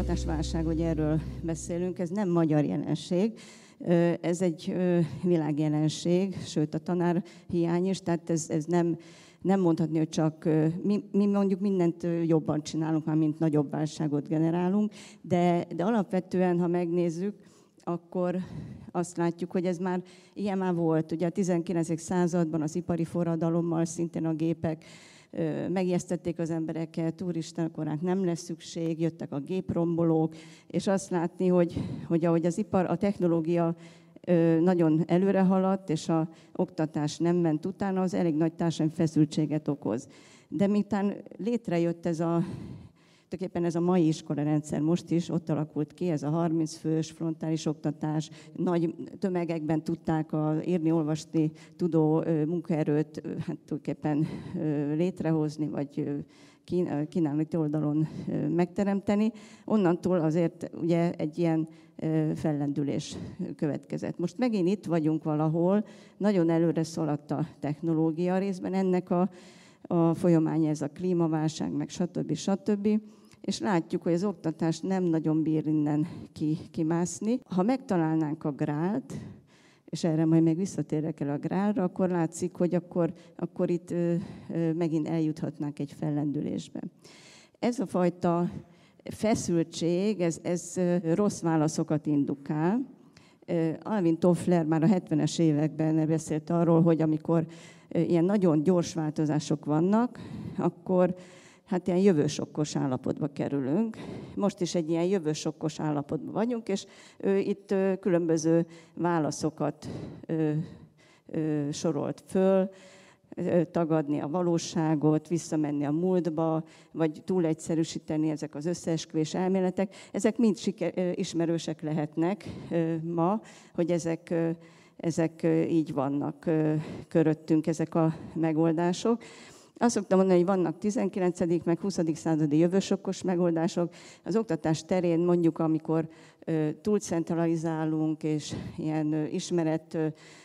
oktatásválság, hogy erről beszélünk, ez nem magyar jelenség, ez egy világjelenség, sőt a tanárhiány is, tehát ez nem mondhatni, hogy csak mi mondjuk mindent jobban csinálunk, már mint nagyobb válságot generálunk, de alapvetően, ha megnézzük, akkor azt látjuk, hogy ez már ilyen már volt. Ugye a 19. században az ipari forradalommal szintén a gépek megijesztették az embereket, úristen, akkor ránk nem lesz szükség, jöttek a géprombolók, és azt látni, hogy ahogy az ipar, a technológia nagyon előre haladt, és az oktatás nem ment utána, az elég nagy társadalmi feszültséget okoz. De miután létrejött tulajdonképpen ez a mai iskolarendszer most is, ott alakult ki, ez a 30 fős frontális oktatás, nagy tömegekben tudták írni, olvasni tudó munkaerőt hát tulajdonképpen létrehozni, vagy kínálati oldalon megteremteni. Onnantól azért ugye egy ilyen fellendülés következett. Most megint itt vagyunk valahol, nagyon előre szaladt a technológia részben, ennek a folyamánya ez a klímaválság, meg stb. És látjuk, hogy az oktatás nem nagyon bír innen kimászni. Ha megtalálnánk a grált, és erre majd még visszatérek el a grálra, akkor látszik, hogy akkor itt megint eljuthatnánk egy fellendülésbe. Ez a fajta feszültség, ez rossz válaszokat indukál. Alvin Toffler már a 70-es években beszélt arról, hogy amikor ilyen nagyon gyors változások vannak, akkor hát ilyen jövősokkos állapotba kerülünk. Most is egy ilyen jövősokkos állapotban vagyunk, és itt különböző válaszokat sorolt föl, tagadni a valóságot, visszamenni a múltba, vagy túlegyszerűsíteni ezek az összeesküvés elméletek. Ezek mind ismerősek lehetnek ma, hogy ezek így vannak köröttünk, ezek a megoldások. Azt szoktam mondani, hogy vannak 19. meg 20. századi jövősokkos megoldások. Az oktatás terén mondjuk, amikor túlcentralizálunk, és ilyen ismeret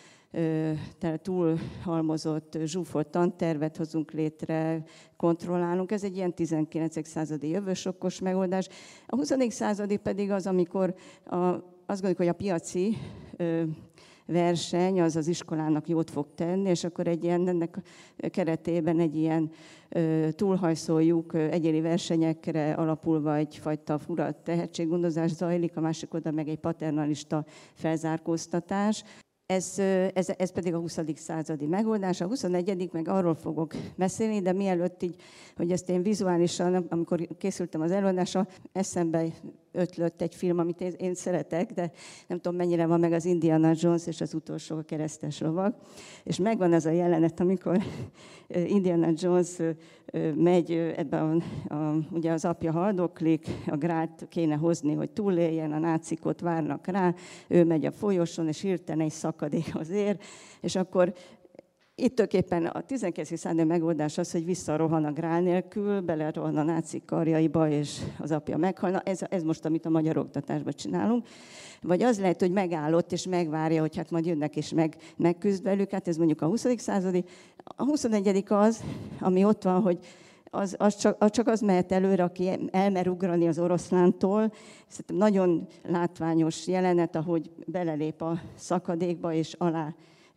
túlhalmozott, zsúfolt tantervet hozunk létre, kontrollálunk. Ez egy ilyen 19. századi jövősokkos megoldás. A 20. századi pedig az, amikor azt gondoljuk, hogy a piaci verseny az iskolának jót fog tenni, és akkor ennek keretében egy ilyen túlhajszoljuk, egyéni versenyekre alapulva egyfajta fura tehetséggondozás zajlik, a másik oda meg egy paternalista felzárkóztatás. Ez pedig a 20. századi megoldás. A 21. meg arról fogok beszélni, de mielőtt így, hogy ezt én vizuálisan, amikor készültem az előadásra, eszembe ötlött egy film, amit én szeretek, de nem tudom, mennyire van meg, az Indiana Jones és az utolsó a keresztes lovag. És megvan az a jelenet, amikor Indiana Jones megy, ebben ugye az apja haldoklik, a grált kéne hozni, hogy túléljen, a nácik ott várnak rá, ő megy a folyosón, és hirtelen egy szakadékhoz ér, és akkor itt tulajdonképpen a 19. századi megoldás az, hogy visszarohan a grál nélkül, belerohan a nácik karjaiba, és az apja meghalna. Ez most, amit a magyar oktatásban csinálunk. Vagy az lehet, hogy megállott, és megvárja, hogy hát majd jönnek, és megküzd velük. Hát ez mondjuk a 20. századi. A 21. az, ami ott van, hogy csak az mehet előre, aki elmer ugrani az oroszlántól. Szerintem nagyon látványos jelenet, ahogy belelép a szakadékba, és alá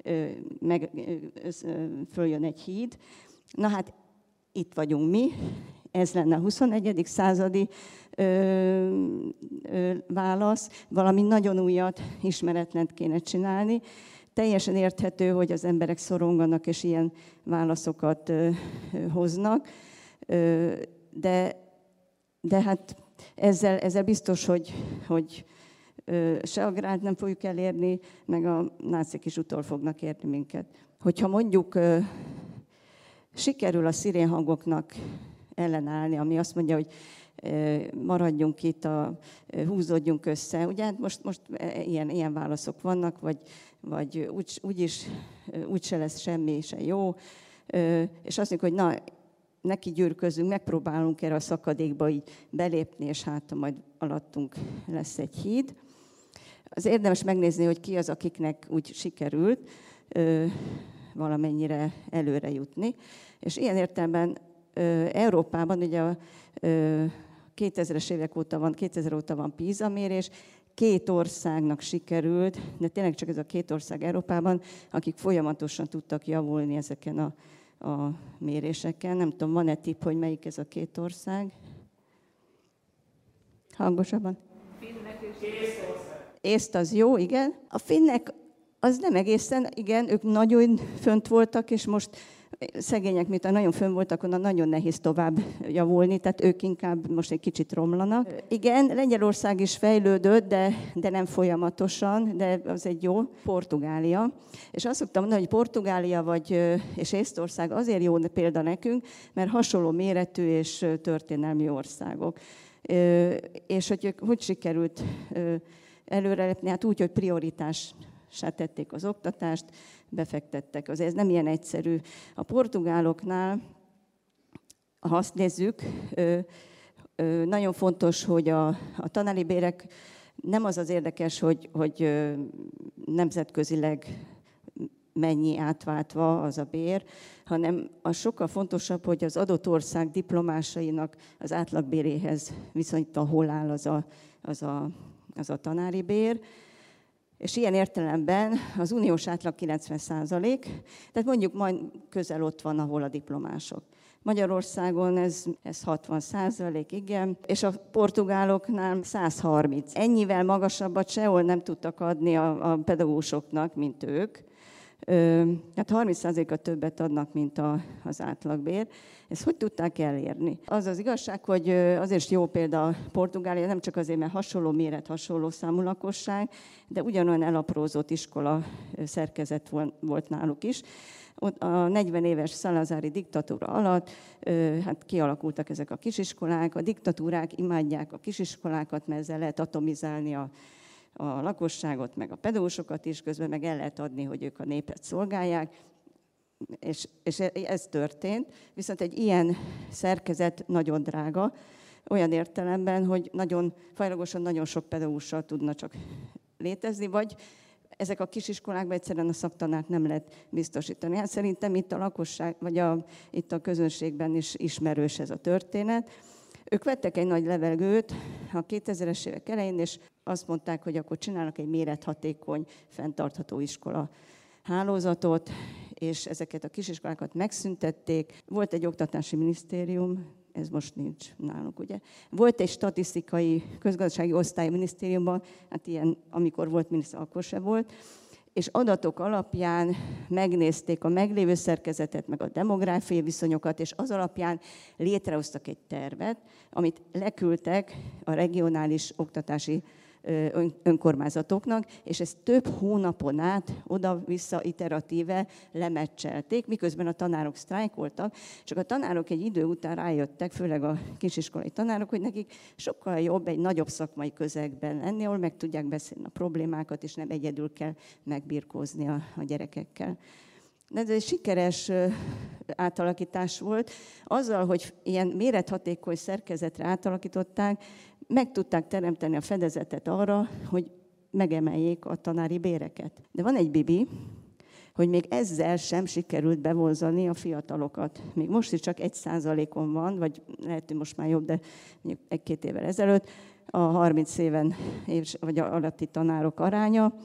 följön egy híd. Na hát itt vagyunk mi, ez lenne a 21. századi válasz, valami nagyon újat, ismeretlent kéne csinálni. Teljesen érthető, hogy az emberek szoronganak és ilyen válaszokat hoznak, de hát ezzel biztos, hogy se a grált nem fogjuk elérni, meg a nácik is utol fognak érni minket. Hogyha mondjuk sikerül a szirénhangoknak ellenállni, ami azt mondja, hogy maradjunk itt, húzódjunk össze. Ugye hát most ilyen válaszok vannak, vagy úgyse lesz semmi se jó, és azt mondjuk, hogy na, neki gyűrközünk, megpróbálunk erre a szakadékba így belépni, és hát majd alattunk lesz egy híd. Az érdemes megnézni, hogy ki az, akiknek úgy sikerült valamennyire előre jutni. És ilyen értelemben Európában ugye 2000-es évek óta van, 2000 óta van PISA mérés, 2 országnak sikerült, de tényleg csak ez a 2 ország Európában, akik folyamatosan tudtak javulni ezeken a méréseken. Nem tudom, van-e tipp, hogy melyik ez a 2 ország? Hangosabban? Finnek és Észtország. Észt az jó, igen. A finnek az nem egészen, igen, ők nagyon fönt voltak, és most szegények, miután nagyon fönn voltak, onnan nagyon nehéz tovább javulni, tehát ők inkább most egy kicsit romlanak. Igen, Lengyelország is fejlődött, de nem folyamatosan, de az egy jó. Portugália. És azt szoktam mondani, hogy Portugália és Észtország azért jó példa nekünk, mert hasonló méretű és történelmi országok. És hogy sikerült előrelépni? Hát úgy, hogy prioritássá tették az oktatást, befektettek. Azért ez nem ilyen egyszerű. A portugáloknál, ha azt nézzük, nagyon fontos, hogy a tanári bérek nem az érdekes, hogy nemzetközileg mennyi átváltva az a bér, hanem az sokkal fontosabb, hogy az adott ország diplomásainak az átlagbéréhez viszonyítva hol áll az a tanári bér. És ilyen értelemben az uniós átlag 90%, tehát mondjuk majd közel ott van, ahol a diplomások. Magyarországon ez 60%, igen, és a portugáloknál 130. Ennyivel magasabbat sehol nem tudtak adni a pedagógusoknak, mint ők. Hát 30%-a többet adnak, mint az átlagbér. Ezt hogy tudták elérni? Az az igazság, hogy azért is jó példa a Portugália, nem csak azért, mert hasonló méret, hasonló számú lakosság, de ugyanolyan elaprózott iskola szerkezet volt náluk is. Ott a 40 éves szalazári diktatúra alatt hát kialakultak ezek a kisiskolák. A diktatúrák imádják a kisiskolákat, mert ezzel lehet atomizálni a lakosságot, meg a pedagógusokat is, közben meg el lehet adni, hogy ők a népet szolgálják, és ez történt. Viszont egy ilyen szerkezet nagyon drága, olyan értelemben, hogy fajlagosan nagyon sok pedagógussal tudna csak létezni, vagy ezek a kisiskolákban egyszerűen a szaktanárt nem lehet biztosítani. Hát szerintem itt a lakosság, vagy itt a közönségben is ismerős ez a történet. Ők vettek egy nagy levegőt a 2000-es évek elején, és azt mondták, hogy akkor csinálnak egy mérethatékony, fenntartható iskola hálózatot, és ezeket a kisiskolákat megszüntették. Volt egy oktatási minisztérium, ez most nincs nálunk, ugye. Volt egy statisztikai, közgazdasági osztály minisztériumban, hát ilyen, amikor volt miniszter, akkor se volt, és adatok alapján megnézték a meglévő szerkezetet, meg a demográfiai viszonyokat, és az alapján létrehoztak egy tervet, amit leküldtek a regionális oktatási önkormányzatoknak, és ezt több hónapon át oda-vissza iteratíve lemeccselték, miközben a tanárok sztrájkoltak, csak a tanárok egy idő után rájöttek, főleg a kisiskolai tanárok, hogy nekik sokkal jobb egy nagyobb szakmai közegben lenni, ahol meg tudják beszélni a problémákat, és nem egyedül kell megbirkózni a gyerekekkel. De ez egy sikeres átalakítás volt. Azzal, hogy ilyen mérethatékony szerkezetre átalakították, meg tudták teremteni a fedezetet arra, hogy megemeljék a tanári béreket. De van egy bibi, hogy még ezzel sem sikerült bevonzani a fiatalokat. Még most is csak 1%-on van, vagy lehet, hogy most már jobb, de mondjuk 1-2 évvel ezelőtt, a 30 éven vagy alatti tanárok aránya.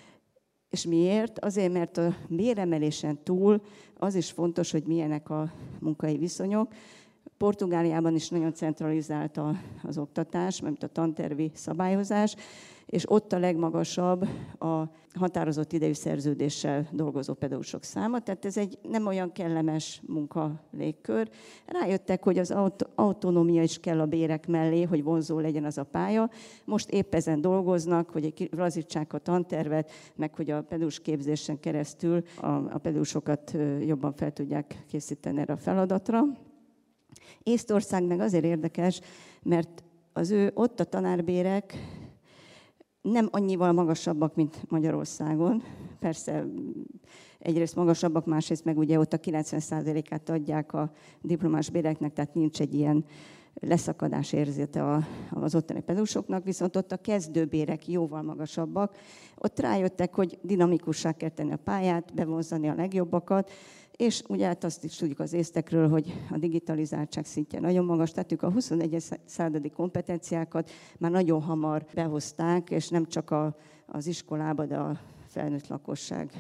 És miért? Azért, mert a béremelésen túl az is fontos, hogy milyenek a munkai viszonyok. Portugáliában is nagyon centralizált az oktatás, mint a tantervi szabályozás, és ott a legmagasabb a határozott idejű szerződéssel dolgozó pedagógusok száma, tehát ez egy nem olyan kellemes munkalégkör. Rájöttek, hogy az autonómia is kell a bérek mellé, hogy vonzó legyen az a pálya. Most épp ezen dolgoznak, hogy lazítsák a tantervet, meg hogy a pedagógus képzésen keresztül a pedagógusokat jobban fel tudják készíteni erre a feladatra. Észtország meg azért érdekes, mert ott a tanárbérek nem annyival magasabbak, mint Magyarországon. Persze egyrészt magasabbak, másrészt meg ugye ott a 90%-át adják a diplomás béreknek, tehát nincs egy ilyen leszakadás érzete az ottani pedagógusoknak, viszont ott a kezdőbérek jóval magasabbak. Ott rájöttek, hogy dinamikussá kell tenni a pályát, bevonzani a legjobbakat, És ugye hát azt is tudjuk az észtekről, hogy a digitalizáltság szintje nagyon magas, tehát ők a 21. századi kompetenciákat már nagyon hamar behozták, és nem csak az iskolába, de a felnőtt lakosságot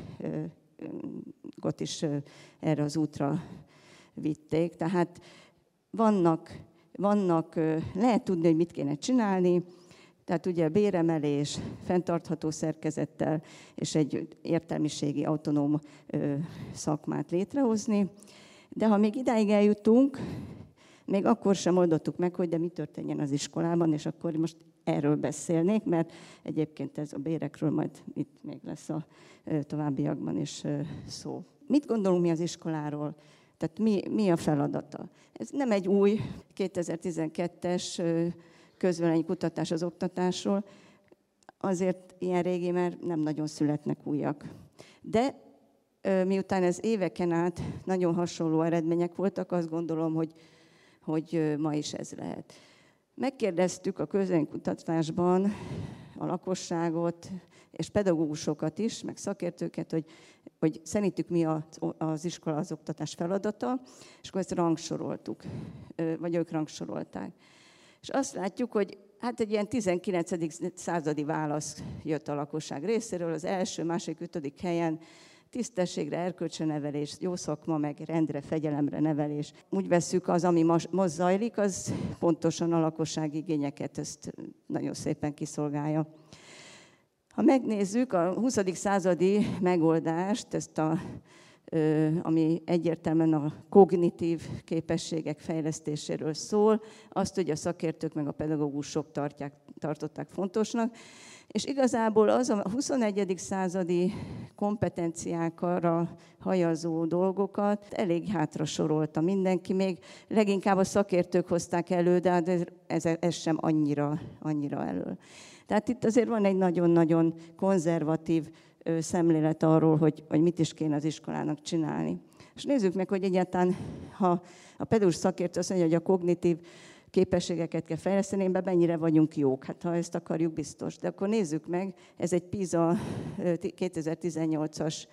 is erre az útra vitték. Tehát vannak, lehet tudni, hogy mit kéne csinálni, tehát ugye béremelés, fenntartható szerkezettel és egy értelmiségi autonóm szakmát létrehozni. De ha még idáig eljutunk, még akkor sem oldottuk meg, hogy de mi történjen az iskolában, és akkor most erről beszélnék, mert egyébként ez a bérekről majd itt még lesz a továbbiakban is szó. Mit gondolunk mi az iskoláról? Tehát mi a feladata? Ez nem egy új 2012-es közvéleménykutatás az oktatásról, azért ilyen régi, mert nem nagyon születnek újak. De miután ez éveken át nagyon hasonló eredmények voltak, azt gondolom, hogy ma is ez lehet. Megkérdeztük a közvéleménykutatásban a lakosságot, és pedagógusokat is, meg szakértőket, hogy szerintük mi az iskola, az oktatás feladata, és akkor ezt rangsoroltuk, vagy ők rangsorolták. És azt látjuk, hogy hát egy ilyen 19. századi válasz jött a lakosság részéről, az első, második, 5. helyen tisztességre, erkölcsre nevelés, jó szakma, meg rendre, fegyelemre nevelés. Úgy vesszük, az, ami most zajlik, az pontosan a lakosság igényeket ezt nagyon szépen kiszolgálja. Ha megnézzük a 20. századi megoldást, ami egyértelműen a kognitív képességek fejlesztéséről szól, azt ugye a szakértők meg a pedagógusok tartották fontosnak, és igazából az a 21. századi kompetenciákra hajazó dolgokat elég hátra sorolta mindenki, még leginkább a szakértők hozták elő, de hát ez sem annyira elől. Tehát itt azért van egy nagyon-nagyon konzervatív szemlélet arról, hogy mit is kéne az iskolának csinálni. És nézzük meg, hogy egyáltalán, ha a pedagógus szakértő azt mondja, hogy a kognitív képességeket kell fejleszteni, ebben mennyire vagyunk jók. Hát ha ezt akarjuk, biztos. De akkor nézzük meg, ez egy PISA 2018-as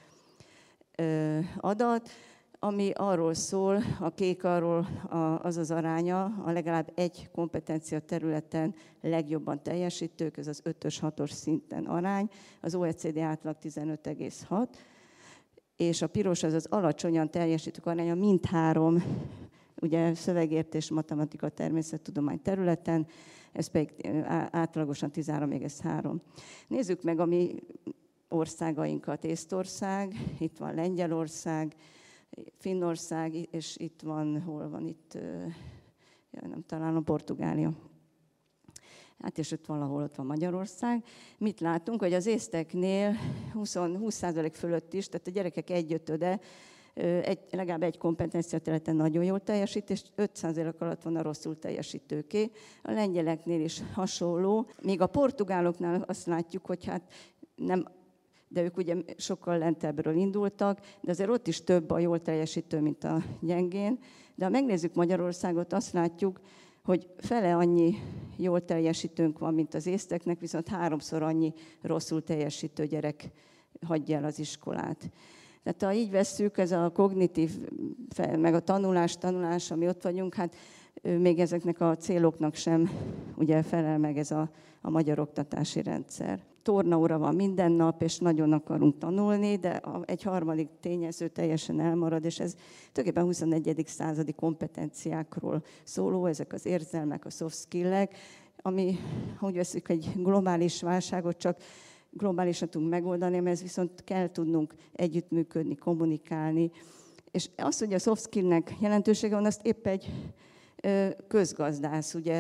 adat, ami arról szól, a kék arról az az aránya, a legalább egy kompetencia területen legjobban teljesítők, ez az 5-ös, 6-os szinten arány, az OECD átlag 15,6, és a piros az alacsonyan teljesítők aránya mindhárom, ugye szövegértés, matematika, természettudomány területen, ez pedig átlagosan 13,3. Nézzük meg a mi országainkat, Észtország, itt van Lengyelország, Finnország, és itt van, hol van itt, nem találom, Portugália. Hát és ott van Magyarország. Mit látunk, hogy az észteknél 20% fölött is, tehát a gyerekek 1/5 legalább egy kompetencia területen nagyon jól teljesít, és 5% alatt van a rosszul teljesítőké. A lengyeleknél is hasonló. Még a portugáloknál azt látjuk, hogy hát nem, de ők ugye sokkal lentebbről indultak, de azért ott is több a jól teljesítő, mint a gyengén. De ha megnézzük Magyarországot, azt látjuk, hogy fele annyi jól teljesítőnk van, mint az észteknek, viszont 3-szor annyi rosszul teljesítő gyerek hagyja el az iskolát. Tehát ha így vesszük, ez a kognitív, meg a tanulás, ami ott vagyunk, hát még ezeknek a céloknak sem ugye felel meg ez a magyar oktatási rendszer. Tornaóra van minden nap, és nagyon akarunk tanulni, de egy harmadik tényező teljesen elmarad, és ez tulajdonképpen 21. századi kompetenciákról szóló, ezek az érzelmek, a soft skillek, ami, úgy veszük, egy globális válságot csak globálisan tudunk megoldani, mert ez viszont kell tudnunk együttműködni, kommunikálni. És az, hogy a soft skillnek jelentősége van, azt épp egy közgazdász ugye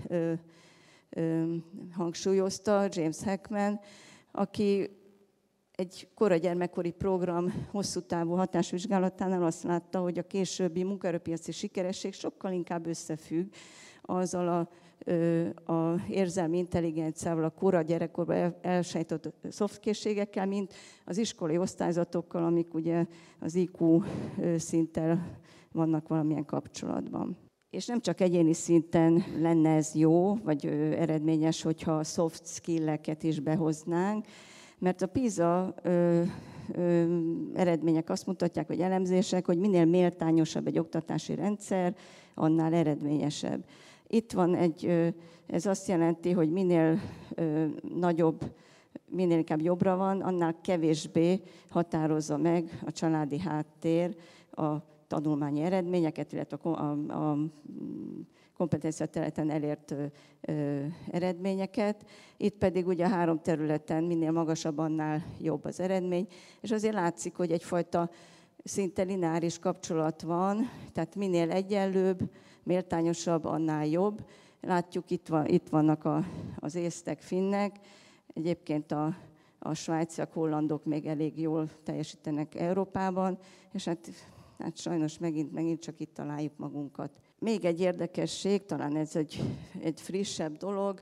hangsúlyozta, James Heckman, aki egy koragyermekkori program hosszú távú hatásvizsgálatánál azt látta, hogy a későbbi munkaerőpiaci sikeresség sokkal inkább összefügg azzal a érzelmi intelligenciával, a kora gyerekkorban elsajátított soft készségekkel, mint az iskolai osztályzatokkal, amik ugye az IQ szinttel vannak valamilyen kapcsolatban. És nem csak egyéni szinten lenne ez jó, vagy eredményes, hogyha a soft skill-eket is behoznánk, mert a PISA eredmények azt mutatják, hogy elemzések, hogy minél méltányosabb egy oktatási rendszer, annál eredményesebb. Itt van ez azt jelenti, hogy minél nagyobb, minél inkább jobbra van, annál kevésbé határozza meg a családi háttér a tanulmányi eredményeket, illetve a kompetencia területen elért eredményeket. Itt pedig ugye a 3 területen minél magasabb, annál jobb az eredmény. És azért látszik, hogy egyfajta szinte lineáris kapcsolat van, tehát minél egyenlőbb, méltányosabb, annál jobb. Látjuk, itt vannak az észtek, finnek, egyébként a svájciak, hollandok még elég jól teljesítenek Európában, és hát sajnos megint csak itt találjuk magunkat. Még egy érdekesség, talán ez egy frissebb dolog,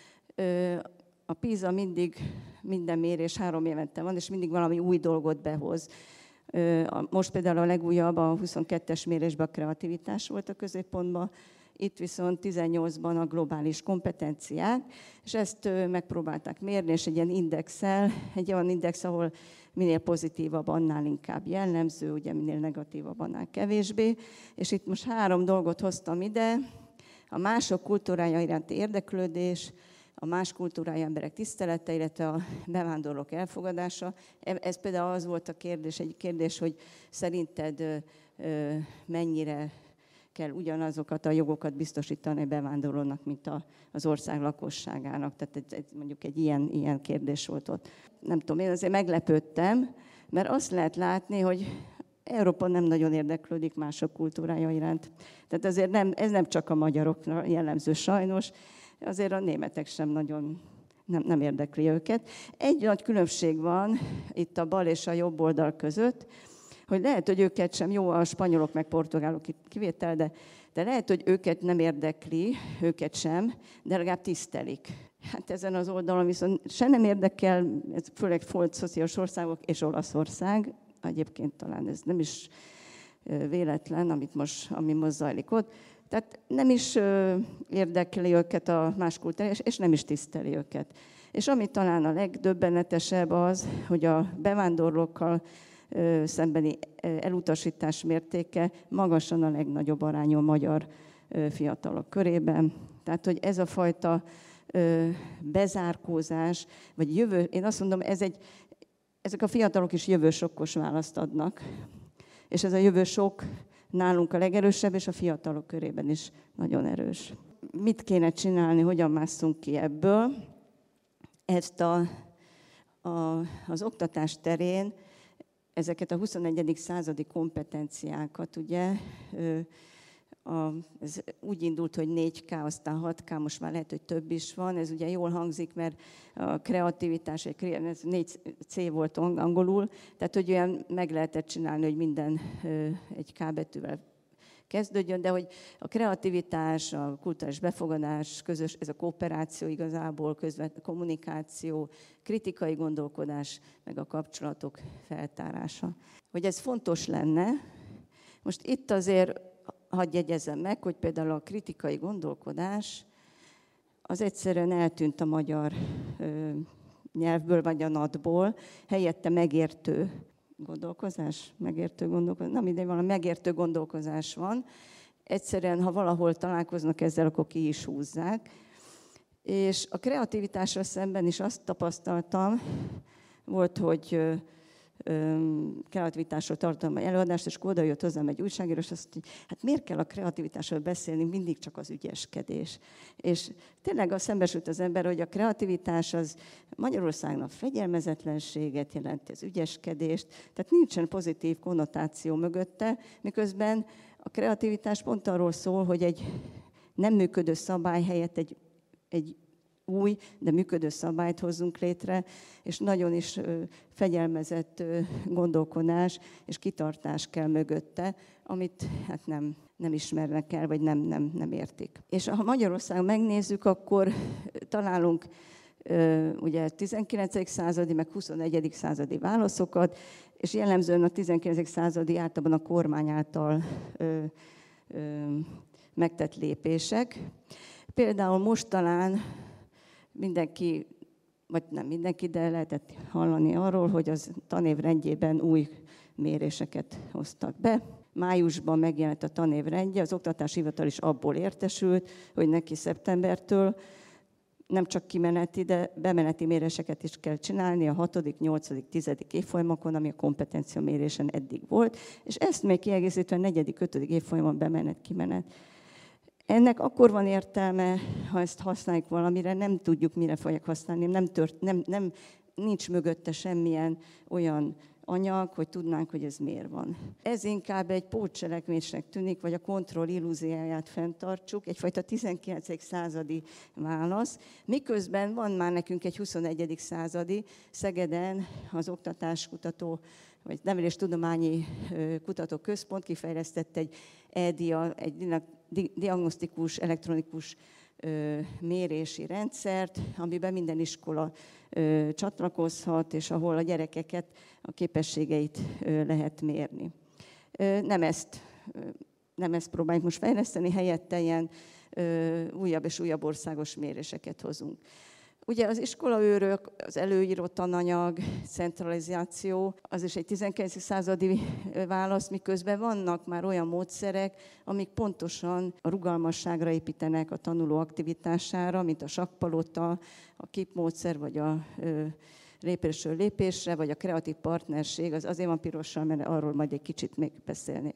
a PISA minden mérés 3 évente van, és mindig valami új dolgot behoz. Most például a legújabb, a 22-es mérésben a kreativitás volt a középpontban, itt viszont 18-ban a globális kompetenciák, és ezt megpróbálták mérni, és egy ilyen indexel, egy olyan index, ahol minél pozitívabb, annál inkább jellemző, ugye minél negatívabb, annál kevésbé. És itt most 3 dolgot hoztam ide, a mások kultúrája iránti érdeklődés, a más kultúrája emberek tisztelete, illetve a bevándorlók elfogadása. Ez például az volt a kérdés, egy kérdés, hogy szerinted mennyire kell ugyanazokat a jogokat biztosítani a bevándorlónak, mint az ország lakosságának. Tehát ez mondjuk egy ilyen kérdés volt ott. Nem tudom, én azért meglepődtem, mert azt lehet látni, hogy Európa nem nagyon érdeklődik mások kultúrája iránt. Tehát azért ez nem csak a magyarokra jellemző sajnos, azért a németek sem nagyon nem érdekli őket. Egy nagy különbség van itt a bal és a jobb oldal között, hogy lehet, hogy őket sem, jó a spanyolok meg portugálok kivétel, de lehet, hogy őket nem érdekli, őket sem, de legalább tisztelik. Hát ezen az oldalon viszont se nem érdekel, ez főleg volt szociális országok és Olaszország, egyébként talán ez nem is véletlen, ami most zajlik ott. Tehát nem is érdekli őket a más kultúra, és nem is tiszteli őket. És ami talán a legdöbbenetesebb az, hogy a bevándorlókkal szembeni elutasítás mértéke magasan a legnagyobb arányú magyar fiatalok körében. Tehát, hogy ez a fajta bezárkózás, vagy én azt mondom, ezek a fiatalok is jövősokkos választ adnak. És ez a jövősok nálunk a legerősebb, és a fiatalok körében is nagyon erős. Mit kéne csinálni, hogyan másszunk ki ebből? Ezt az oktatás terén ezeket a 21. századi kompetenciákat, ugye, ez úgy indult, hogy 4K, aztán 6K, most már lehet, hogy több is van. Ez ugye jól hangzik, mert a kreativitás, ez 4C volt angolul, tehát hogy olyan meg lehetett csinálni, hogy minden egy K betűvel kezdődjön, de hogy a kreativitás, a kulturális befogadás, közös, ez a kooperáció igazából, közvetlen kommunikáció, kritikai gondolkodás, meg a kapcsolatok feltárása. Hogy ez fontos lenne, most itt azért hadd jegyezzem meg, hogy például a kritikai gondolkodás az egyszerűen eltűnt a magyar nyelvből, vagy a NAT-ból, helyette megértő gondolkozás, na mindegy, valami megértő gondolkozás van. Egyszerűen, ha valahol találkoznak ezzel, akkor ki is húzzák. És a kreativitással szemben is azt tapasztaltam, volt, hogy kreativitásról tartom egy előadást, és oda jött hozzám egy újságíró, és azt mondja, hát miért kell a kreativitásról beszélni, mindig csak az ügyeskedés. És tényleg szembesült az ember, hogy a kreativitás az Magyarországnak fegyelmezetlenséget jelenti, az ügyeskedést, tehát nincsen pozitív konnotáció mögötte, miközben a kreativitás pont arról szól, hogy egy nem működő szabály helyett egy új, de működő szabályt hozzunk létre, és nagyon is fegyelmezett gondolkodás és kitartás kell mögötte, amit hát nem ismernek el, vagy nem értik. És ha Magyarországon megnézzük, akkor találunk ugye 19. századi, meg 21. századi válaszokat, és jellemzően a 19. századi általában a kormány által megtett lépések. Például most talán mindenki vagy nem mindenki, de lehetett hallani arról, hogy az tanévrendjében új méréseket hoztak be. Májusban megjelent a tanévrendje, az Oktatási Hivatal is abból értesült, hogy neki szeptembertől nem csak kimeneti, de bemeneti méréseket is kell csinálni a 6., 8., 10. évfolyamokon, ami a kompetencia mérésen eddig volt, és ezt még kiegészítve a 4., 5. évfolyamon bemenet, kimenet. Ennek akkor van értelme, ha ezt használjuk valamire, nem tudjuk, mire fogják használni, nincs mögötte semmilyen olyan anyag, hogy tudnánk, hogy ez miért van. Ez inkább egy pótcselekvésnek tűnik, vagy a kontroll illúziáját fenntartsuk, egyfajta 19. századi válasz, miközben van már nekünk egy 21. századi, Szegeden az oktatáskutató, vagy neveléstudományi kutatóközpont kifejlesztett egy EDIA, egy diagnosztikus, elektronikus mérési rendszert, amiben minden iskola csatlakozhat, és ahol a gyerekeket, a képességeit lehet mérni. Nem ezt próbáljuk most fejleszteni, helyette ilyen újabb és újabb országos méréseket hozunk. Ugye az iskolaőrök, az előíró tananyag, centralizáció, az is egy 19. századi válasz, miközben vannak már olyan módszerek, amik pontosan a rugalmasságra építenek, a tanuló aktivitására, mint a sakkpalota, a KIP módszer, vagy a lépésről lépésre, vagy a kreatív partnerség, az azért van pirossal, mert arról majd egy kicsit még beszélnék.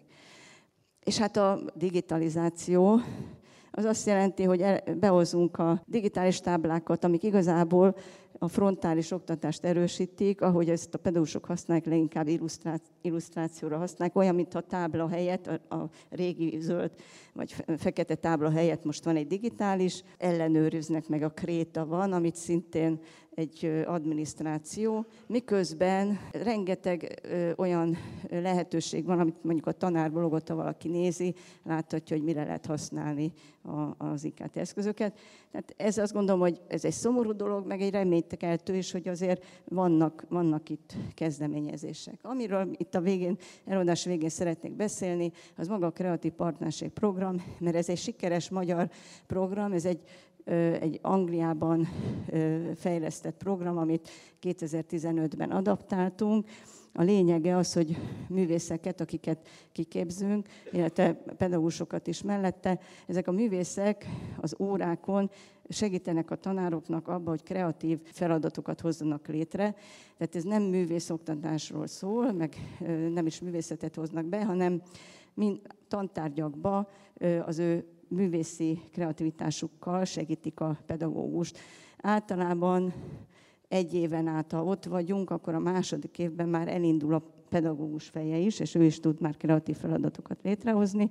És hát a digitalizáció, az azt jelenti, hogy behozunk a digitális táblákat, amik igazából a frontális oktatást erősítik, ahogy ezt a pedagógusok használják, leginkább illusztrációra használják, olyan, mintha a tábla helyett, a régi zöld vagy fekete tábla helyett most van egy digitális, ellenőriznek, meg a kréta van, amit szintén egy adminisztráció, miközben rengeteg olyan lehetőség van, amit mondjuk a tanárblogot, ha valaki nézi, láthatja, hogy mire lehet használni az IKT eszközöket. Tehát ez azt gondolom, hogy ez egy szomorú dolog, meg egy reménykeltő is, hogy azért vannak itt kezdeményezések. Amiről itt a végén, előadás végén szeretnék beszélni, az maga a Kreatív Partnerség program, mert ez egy sikeres magyar program, ez egy Angliában fejlesztett program, amit 2015-ben adaptáltunk. A lényege az, hogy művészeket, akiket kiképzünk, illetve pedagógusokat is mellette, ezek a művészek az órákon segítenek a tanároknak abban, hogy kreatív feladatokat hozzanak létre. Tehát ez nem művészoktatásról szól, meg nem is művészetet hoznak be, hanem tantárgyakba az ő művészi kreativitásukkal segítik a pedagógust. Általában egy éven át, ha ott vagyunk, akkor a második évben már elindul a pedagógus feje is, és ő is tud már kreatív feladatokat létrehozni.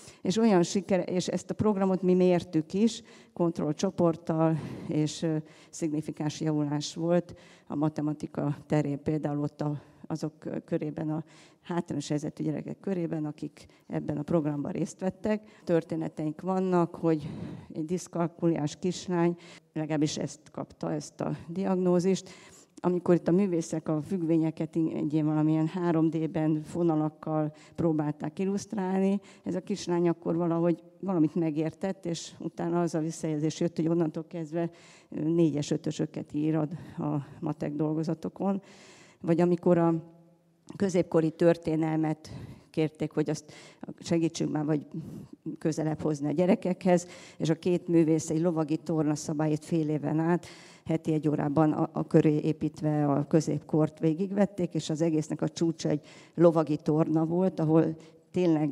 És ezt a programot mi mértük is, kontrollcsoporttal, és szignifikáns javulás volt a matematika terén, például ott azok körében, a hátrányos helyzetű gyerekek körében, akik ebben a programban részt vettek. Történeteink vannak, hogy egy diszkalkuliás kislány, legalábbis ezt kapta, ezt a diagnózist, amikor itt a művészek a függvényeket egy valamilyen 3D-ben fonalakkal próbálták illusztrálni, ez a kislány akkor valamit megértett, és utána az a visszajelzés jött, hogy onnantól kezdve 4-es, 5-ösöket ír a matek dolgozatokon. Vagy amikor a középkori történelmet kérték, hogy azt segítsünk már, vagy közelebb hozni a gyerekekhez, és a két művész egy lovagi torna szabályt fél éven át, heti 1 órában a köré építve a középkort végigvették, és az egésznek a csúcsa egy lovagi torna volt, ahol tényleg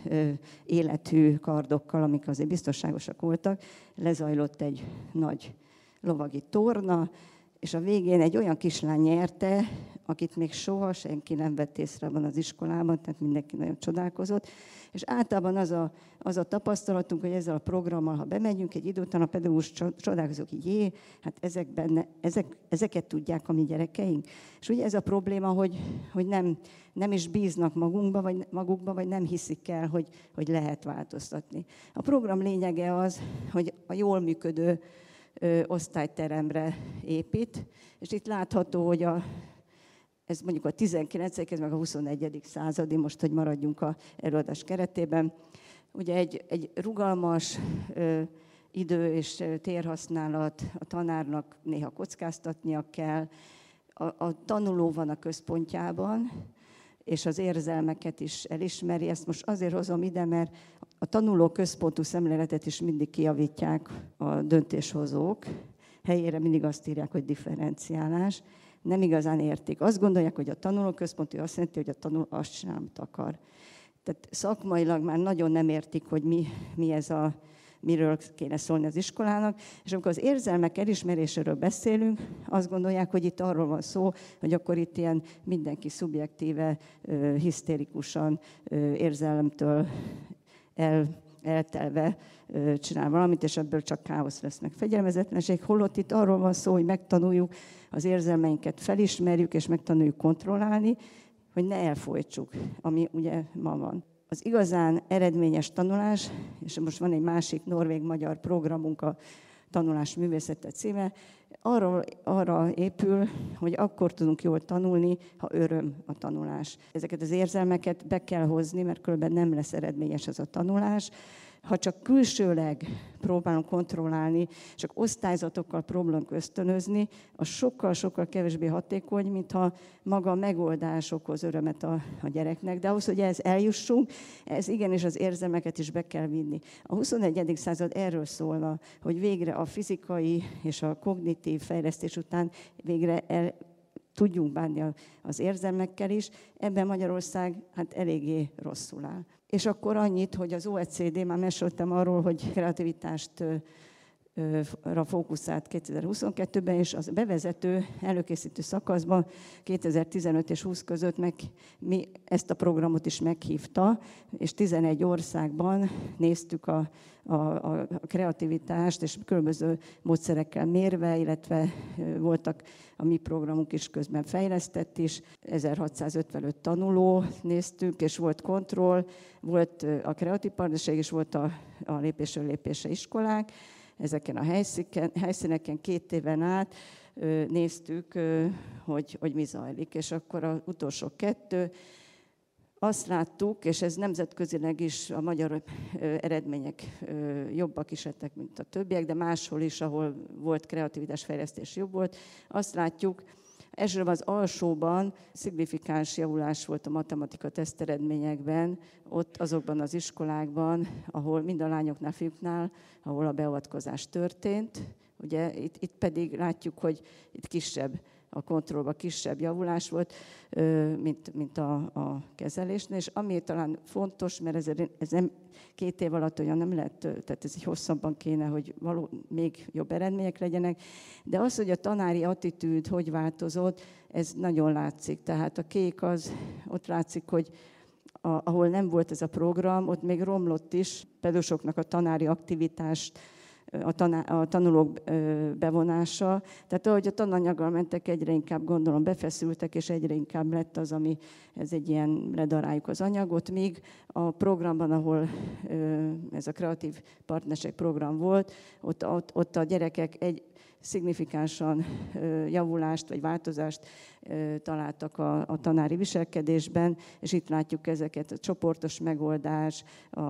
élethű kardokkal, amik azért biztonságosak voltak, lezajlott egy nagy lovagi torna, és a végén egy olyan kislány nyerte, akit még soha senki nem vett észre van az iskolában, tehát mindenki nagyon csodálkozott. És általában az a tapasztalatunk, hogy ezzel a programmal, ha bemegyünk, egy idő után a pedagógus csodálkozók, hogy hát ezeket tudják a mi gyerekeink. És ugye ez a probléma, hogy nem is bíznak magukba, vagy nem hiszik el, hogy lehet változtatni. A program lényege az, hogy a jól működő osztályteremre épít, és itt látható, hogy ez mondjuk a 19., ez meg a 21. századi, most, hogy maradjunk az előadás keretében. Ugye egy rugalmas, idő és térhasználat, a tanárnak néha kockáztatnia kell, a tanuló van a központjában, és az érzelmeket is elismeri. Ezt most azért hozom ide, mert a tanuló központú szemléletet is mindig kijavítják a döntéshozók. Helyére mindig azt írják, hogy differenciálás. Nem igazán értik. Azt gondolják, hogy a tanuló központú azt jelenti, hogy a tanuló azt csinál, amit akar. Tehát szakmailag már nagyon nem értik, hogy mi ez miről kéne szólni az iskolának, és amikor az érzelmek elismeréséről beszélünk, azt gondolják, hogy itt arról van szó, hogy akkor itt ilyen mindenki szubjektíve, hisztérikusan, érzelemtől eltelve csinál valamit, és ebből csak káosz lesz, meg fegyelmezetlenség, holott itt arról van szó, hogy megtanuljuk az érzelmeinket, felismerjük, és megtanuljuk kontrollálni, hogy ne elfojtsuk, ami ugye ma van. Az igazán eredményes tanulás, és most van egy másik norvég-magyar programunk, a Tanulás művészete címe, arra épül, hogy akkor tudunk jól tanulni, ha öröm a tanulás. Ezeket az érzelmeket be kell hozni, mert különben nem lesz eredményes az a tanulás. Ha csak külsőleg próbálunk kontrollálni, csak osztályzatokkal próbálunk ösztönözni, az sokkal-sokkal kevésbé hatékony, mintha maga a megoldás okoz örömet a gyereknek. De ahhoz, hogy ehhez eljussunk, ez igenis az érzelmeket is be kell vinni. A 21. század erről szólna, hogy végre a fizikai és a kognitív fejlesztés után végre tudjunk bánni az érzelmekkel is. Ebben Magyarország hát eléggé rosszul áll. És akkor annyit, hogy az OECD, már meséltem arról, hogy kreativitást fókuszált 2022-ben, és az bevezető, előkészítő szakaszban 2015 és 20 között mi ezt a programot is meghívta, és 11 országban néztük a kreativitást, és különböző módszerekkel mérve, illetve voltak a mi programunk is közben fejlesztett is, 1655 tanuló néztük, és volt kontroll, volt a kreatív partnerség, és volt a lépésről lépésre iskolák. Ezeken a helyszíneken 2 éven át néztük, hogy mi zajlik. És akkor az utolsó 2, azt láttuk, és ez nemzetközileg is a magyar eredmények jobbak is lettek, mint a többiek, de máshol is, ahol volt kreativitásfejlesztés, jobb volt. Azt látjuk, elsősorban az alsóban szignifikáns javulás volt a matematika teszteredményekben, ott azokban az iskolákban, ahol mind a lányoknál, fiúknál, ahol a beavatkozás történt. Ugye itt pedig látjuk, hogy itt kisebb a kontrollban, kisebb javulás volt, mint a kezelésnél. És ami talán fontos, mert ez nem 2 év alatt olyan nem lehet, tehát ez így hosszabban kéne, hogy még jobb eredmények legyenek, de az, hogy a tanári attitűd hogy változott, ez nagyon látszik. Tehát a kék az, ott látszik, hogy ahol nem volt ez a program, ott még romlott is pedagógusoknak a tanári aktivitást, a tanulók bevonása. Tehát ahogy a tananyaggal mentek, egyre inkább gondolom befeszültek, és egyre inkább lett az, ami ez egy ilyen ledaráljuk az anyagot, míg a programban, ahol ez a kreatív partnerség program volt, ott a gyerekek egy szignifikánsan javulást vagy változást találtak a tanári viselkedésben, és itt látjuk ezeket a csoportos megoldás,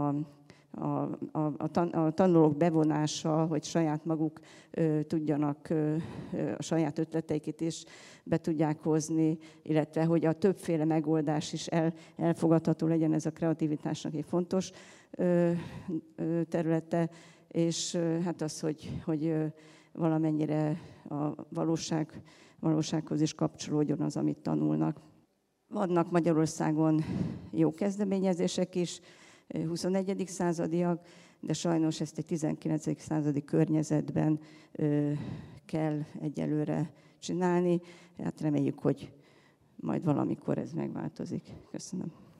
a tanulók bevonása, hogy saját maguk tudjanak a saját ötleteiket is be tudják hozni, illetve hogy a többféle megoldás is elfogadható legyen, ez a kreativitásnak egy fontos területe, és hát az, hogy valamennyire a valósághoz is kapcsolódjon az, amit tanulnak. Vannak Magyarországon jó kezdeményezések is, 21. századiak, de sajnos ezt egy 19. századi környezetben kell egyelőre csinálni. Hát reméljük, hogy majd valamikor ez megváltozik. Köszönöm.